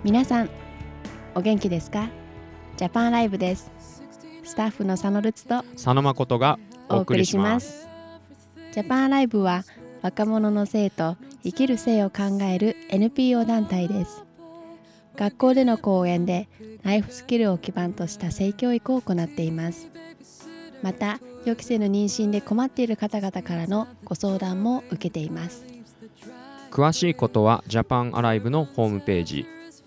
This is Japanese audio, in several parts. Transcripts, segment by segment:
皆さんお元気ですか？ジャパンライブです。スタッフの佐野ルツと佐野誠がお送りします。 ジャパンライブは若者の性と生きる性を考える NPO 団体です。学校での講演でライフスキルを基盤とした性教育を行っています。また予期せぬ妊娠で困っている方々からのご相談も受けています。 詳しいことはジャパンアライブのホームページ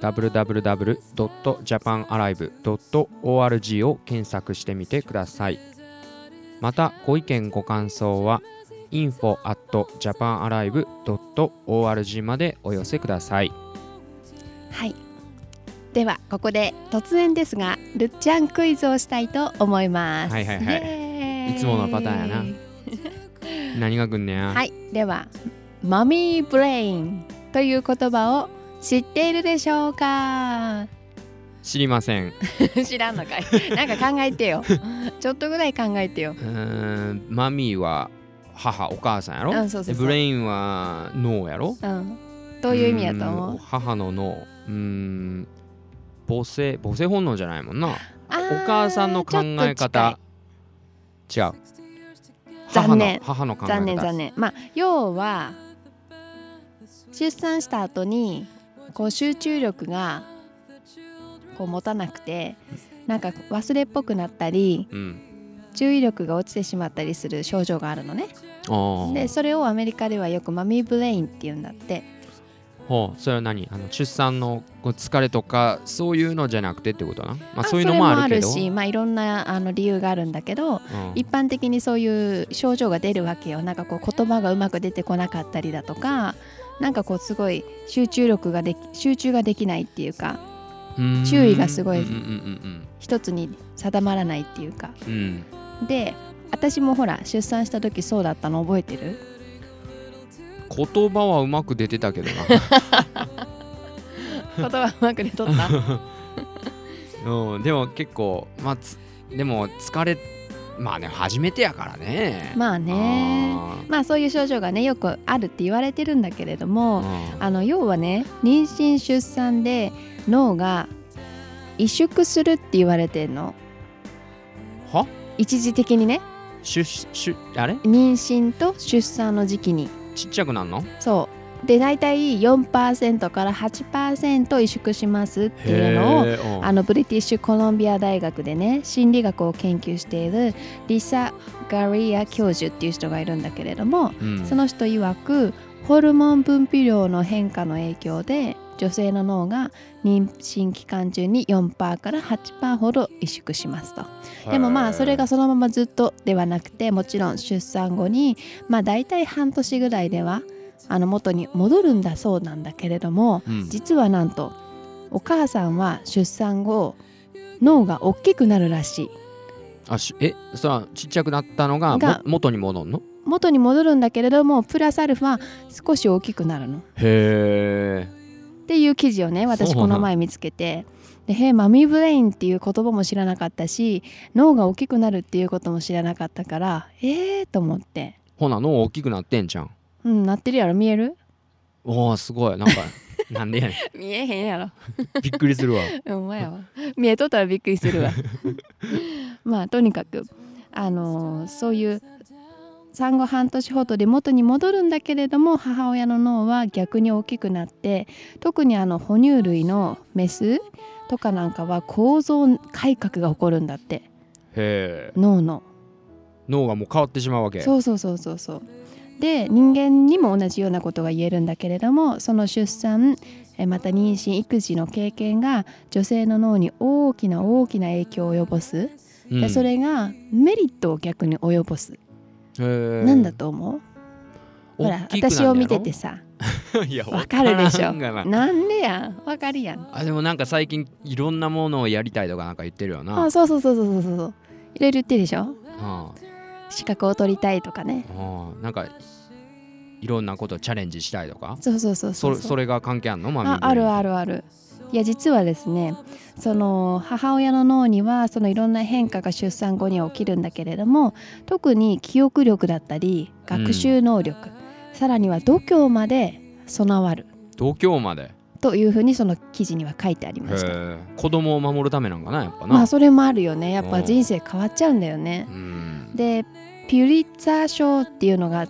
www.japanalive.org を検索してみてください。またご意見ご感想は info@japanalive.org までお寄せください。 はい、ではここで突然ですがるっちゃんクイズをしたいと思います。 はいはいはい、いつものパターンやな何が来んねや。 はい、ではマミーブレインという言葉を知っているでしょうか？ 知りません知らんのかいなんか考えてよちょっとぐらい考えてよ。 マミーは母、お母さんやろ、 そうそうそう。 ブレインは脳やろ、 どういう意味やと思う？ 母の脳、母性本能じゃないもんな。お母さんの考え方違う。 残念。 母の考え方。 残念。まあ要は出産した後にこう集中力がこう持たなくてなんか忘れっぽくなったり、注意力が落ちてしまったりする症状があるのね。でそれをアメリカではよくマミーブレインって言うんだって。 それは何？出産の疲れとかそういうのじゃなくてってことな。そういうのもあるけど、 それもあるし、いろんな理由があるんだけど、一般的にそういう症状が出るわけよ。なんかこう言葉がうまく出てこなかったりだとか、なんかこうすごい集中ができないっていうか、注意がすごい一つに定まらないっていうか、で私もほら出産した時そうだったの覚えてる？ 言葉はうまく出てたけどな言葉うまく出とったでも結構でも疲れね初めてやからね。 そういう症状がねよくあるって言われてるんだけれども、要はね妊娠出産で脳が萎縮するって言われてんの。 は？ 一時的にね。 あれ？ 妊娠と出産の時期にちっちゃくなるの？ そうで、だいたい 4% から 8% 萎縮しますっていうのをブリティッシュコロンビア大学でね心理学を研究しているリサ・ガリア教授っていう人がいるんだけれども、その人曰くホルモン分泌量の変化の影響で女性の脳が妊娠期間中に 4% から 8% ほど萎縮しますと。でもそれがそのままずっとではなくて、もちろん出産後にだいたい半年ぐらいでは元に戻るんだそうなんだけれども、実はなんとお母さんは出産後脳が大きくなるらしい。 それはちっちゃくなったのが元に戻るの？ 元に戻るんだけれどもプラスアルファ少し大きくなるの。 へーっていう記事をね私この前見つけて、でマミーブレインっていう言葉も知らなかったし脳が大きくなるっていうことも知らなかったからと思って。 ほな脳大きくなってんじゃん。 なってるやろ。見える？ おーすごい。なんかなんでやねん見えへんやろびっくりするわお前は見えとったらびっくりするわとにかくそういう産後半年ほどで元に戻るんだけれども母親の脳は逆に大きくなって、特に哺乳類のメスとかなんかは構造改革が起こるんだって。脳がもう変わってしまうわけ。 そうで人間にも同じようなことが言えるんだけれども、その出産また妊娠育児の経験が女性の脳に大きな影響を及ぼす、でそれがメリットを逆に及ぼす。なんだと思う？ほら私を見ててさわかるでしょ。なんでやん、わかるやん。 でもなんか最近いろんなものをやりたいとかなんか言ってるよな。 そういろいろ言ってるでしょ。資格を取りたいとかね。 なんかいろんなことチャレンジしたいとか。 それが関係あるの？ ある。いや実はですね、その母親の脳にはそのいろんな変化が出産後には起きるんだけれども、特に記憶力だったり学習能力、さらには度胸まで備わる。 度胸までというふうにその記事には書いてありました。 子供を守るためなんかな、やっぱな。 まあそれもあるよね。やっぱ人生変わっちゃうんだよね。でピュリッツァー賞っていうのがあって、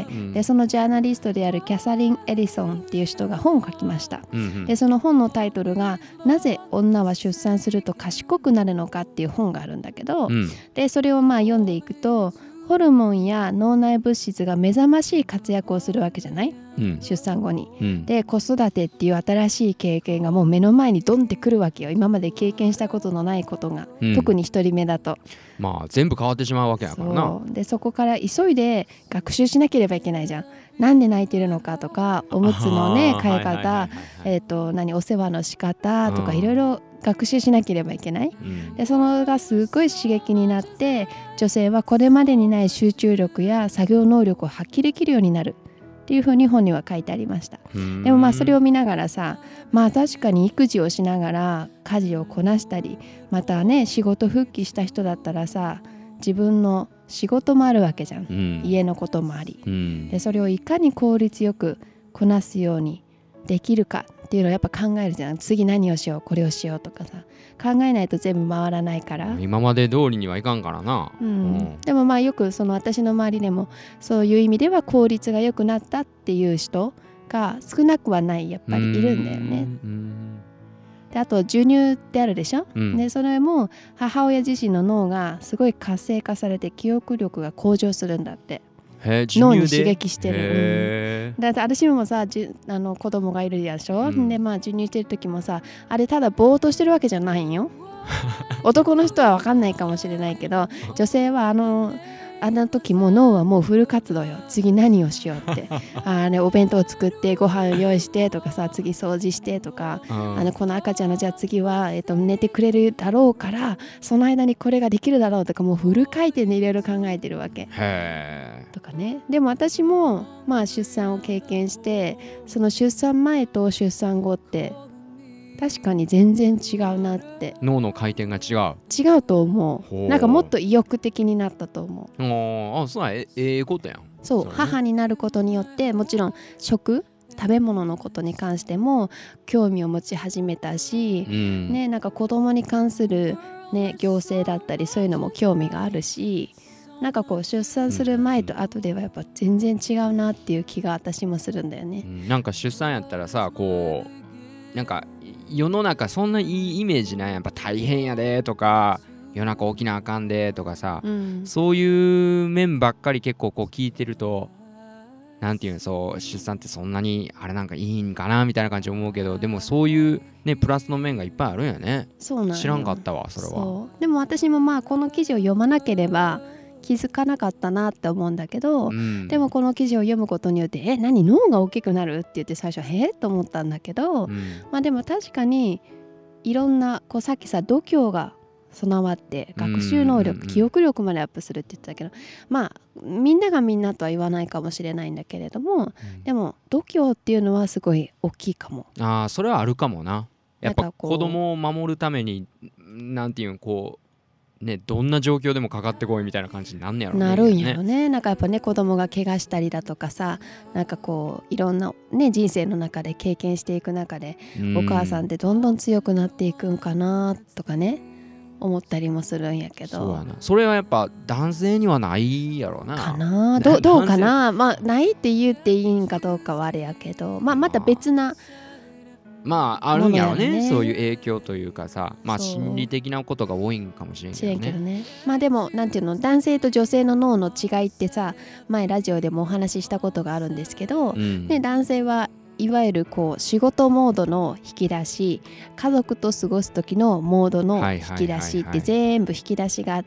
でそのジャーナリストであるキャサリン・エリソンっていう人が本を書きました。でその本のタイトルがなぜ女は出産すると賢くなるのかっていう本があるんだけど、でそれをまあ読んでいくとホルモンや脳内物質が目覚ましい活躍をするわけじゃない、出産後に、で子育てっていう新しい経験がもう目の前にドンってくるわけよ。今まで経験したことのないことが、特に一人目だとまあ全部変わってしまうわけやからな。 でそこから急いで学習しなければいけないじゃん。なんで泣いてるのかとか、おむつのね替え方、お世話の仕方とかいろいろ学習しなければいけない、でそのがすごい刺激になって、女性はこれまでにない集中力や作業能力を発揮できるようになるっていうふうに本には書いてありました。でもまあそれを見ながらさ、まあ確かに育児をしながら家事をこなしたり、またね仕事復帰した人だったらさ、自分の仕事もあるわけじゃん、家のこともあり、でそれをいかに効率よくこなすようにできるかっていうのをやっぱ考えるじゃん。次何をしよう、これをしようとかさ、考えないと全部回らないから。 今まで通りにはいかんからな。 でもまあよくその私の周りでもそういう意味では効率が良くなったっていう人が少なくはないやっぱりいるんだよね。であと授乳ってあるでしょ、でそれも母親自身の脳がすごい活性化されて記憶力が向上するんだって。脳に刺激してる、だって私もさ子供がいるでしょ、でまあ授乳してる時もさ、あれただぼーっとしてるわけじゃないんよ男の人は分かんないかもしれないけど、女性はあの時もう脳はもうフル活動よ。次何をしようってお弁当を作ってご飯を用意してとかさ、次掃除してとか、この赤ちゃんのじゃあ次は、寝てくれるだろうからその間にこれができるだろうとか、もうフル回転でいろいろ考えてるわけとかね。でも私もまあ出産を経験して、その出産前と出産後って確かに全然違うなって。 脳の回転が違うと思う。なんかもっと意欲的になったと思う。そう、ことやん。 そう、母になることによってもちろん食べ物のことに関しても興味を持ち始めたし、なんか子供に関する、行政だったりそういうのも興味があるし、なんかこう出産する前と後ではやっぱ全然違うなっていう気が私もするんだよね。 なんか出産やったらさ、こうなんか世の中そんないいイメージない。やっぱ大変やでとか、夜中起きなあかんでとかさ、そういう面ばっかり結構こう聞いてると、なんていうの、そう出産ってそんなにあれなんかいいんかなみたいな感じ思うけど、でもそういうねプラスの面がいっぱいあるんやね。 そうなんよ。 知らんかったわそれは。 そうでも私もまあこの記事を読まなければ気づかなかったなって思うんだけど、でもこの記事を読むことによって何脳が大きくなるって言って最初と思ったんだけど、まあでも確かにいろんなこうさっきさ度胸が備わって学習能力、記憶力までアップするって言ってたけど、まあみんながみんなとは言わないかもしれないんだけれども、でも度胸っていうのはすごい大きいかも。 それはあるかもな。やっぱ子供を守るためになんていうの、こうどんな状況でもかかってこいみたいな感じになんねやろね。 なるんやろね。なんかやっぱね子供が怪我したりだとかさ、なんかこういろんなね人生の中で経験していく中で、お母さんってどんどん強くなっていくんかなとかね思ったりもするんやけど。 そうやな。それはやっぱ男性にはないやろな。 かな。どうかな。まあないって言っていいんかどうかはあれやけど、また別な。 あるんやろね、そういう影響というかさ、心理的なことが多いんかもしれんけどね。 でもなんていうの、男性と女性の脳の違いってさ、前ラジオでもお話ししたことがあるんですけど、男性はいわゆるこう仕事モードの引き出し、家族と過ごす時のモードの引き出しって全部引き出しがあって、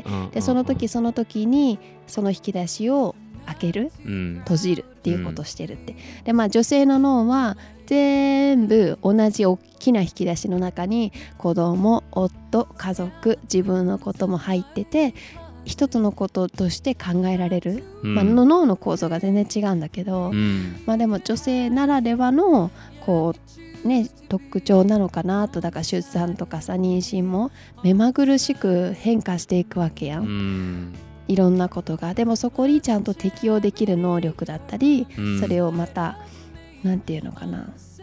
でその時その時にその引き出しを開ける、閉じるっていうことをしてるって。で女性の脳は全部同じ大きな引き出しの中に子供、夫、家族、自分のことも入ってて、一つのこととして考えられる、脳の構造が全然違うんだけど、でも女性ならではのこう特徴なのかなと。だから出産とかさ妊娠も目まぐるしく変化していくわけやん、いろんなことが。でもそこにちゃんと適応できる能力だったり、それをまたなんていうのかな、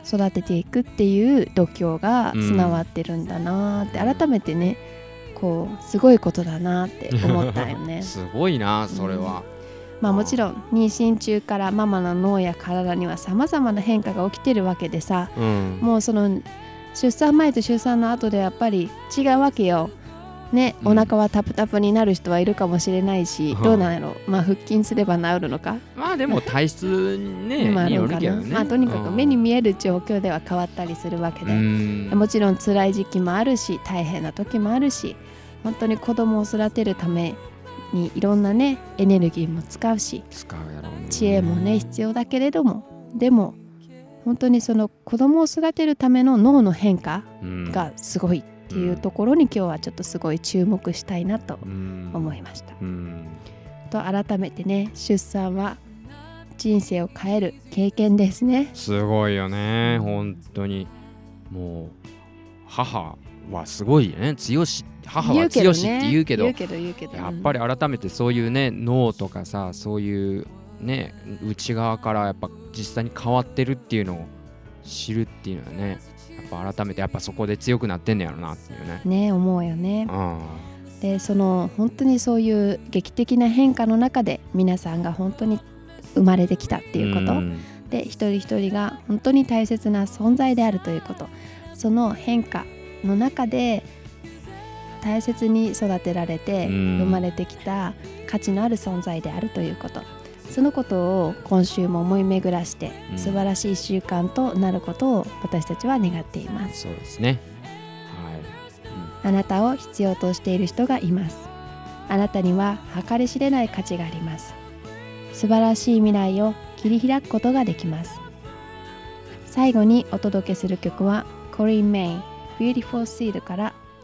育てていくっていう度胸が備わってるんだなって改めてねこうすごいことだなって思ったよねすごいなそれは、 まあもちろん妊娠中からママの脳や体にはさまざまな変化が起きてるわけでさ、もうその出産前と出産の後でやっぱり違うわけよね、お腹はタプタプになる人はいるかもしれないし、どうなんやろ、まあ腹筋すれば治るのか、 まあでも体質ねによるけどね、まあとにかく目に見える状況では変わったりするわけで、もちろん辛い時期もあるし大変な時もあるし、本当に子供を育てるためにいろんなねエネルギーも使うし、知恵もね必要だけれども、でも本当にその子供を育てるための脳の変化がすごいっていうところに今日はちょっとすごい注目したいなと思いました。と改めてね、出産は人生を変える経験ですね。 すごいよね本当に。もう母はすごいよね。強し母は強しって言うけど、やっぱり改めてそういうね脳とかさ、そういうね内側からやっぱ実際に変わってるっていうのを知るっていうのはね、やっぱ改めてやっぱそこで強くなってんねやろなっていうね。 ね思うよね。でその本当にそういう劇的な変化の中で皆さんが本当に生まれてきたっていうこと、で一人一人が本当に大切な存在であるということ、その変化の中で大切に育てられて生まれてきた価値のある存在であるということ、そのことを今週も思い巡らして素晴らしい習慣となることを私たちは願っています。 そうですね、 あなたを必要としている人がいます。あなたには計り知れない価値があります。素晴らしい未来を切り開くことができます。最後にお届けする曲はコリン・メイ Beautiful Seed から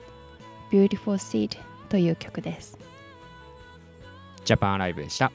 Beautiful Seed という曲です。 ジャパンアライブでした。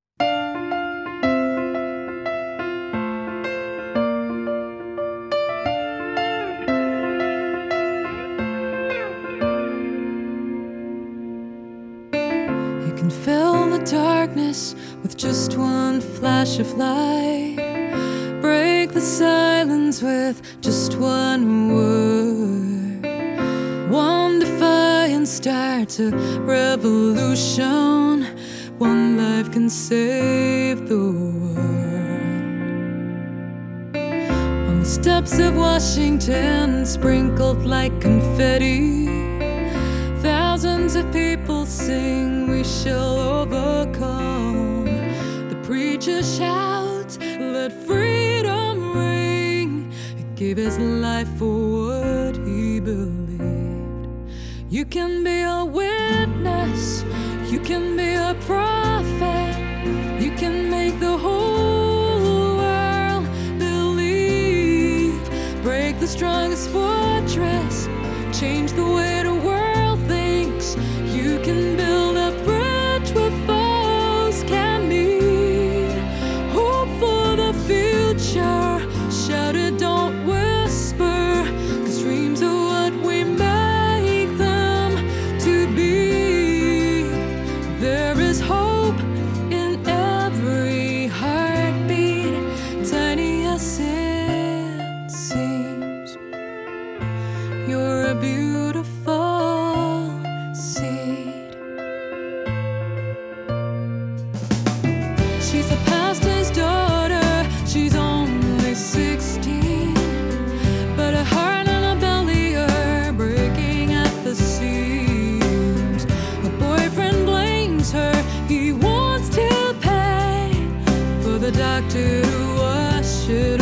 Fill the darkness with just one flash of light. Break the silence with just one word. One defiant start to revolution. One life can save the world. On the steps of Washington, sprinkled like confetti,Thousands of people sing, we shall overcome. The preacher shouts, let freedom ring. He gave his life for what he believed. You can be a witness, you can be a prophet. You can make the whole world believe. Break the strongest fortress, change the way the world.You can build a bridge where foes can meet. Hope for the future. Shout it, don't whisper. 'Cause dreams are what we make them to be. There is hope in every heartbeat. Tiny as it seems. You're a beautiful.She's a pastor's daughter, she's only 16. But her heart and her belly are breaking at the seams. Her boyfriend blames her, he wants to pay for the doctor to wash it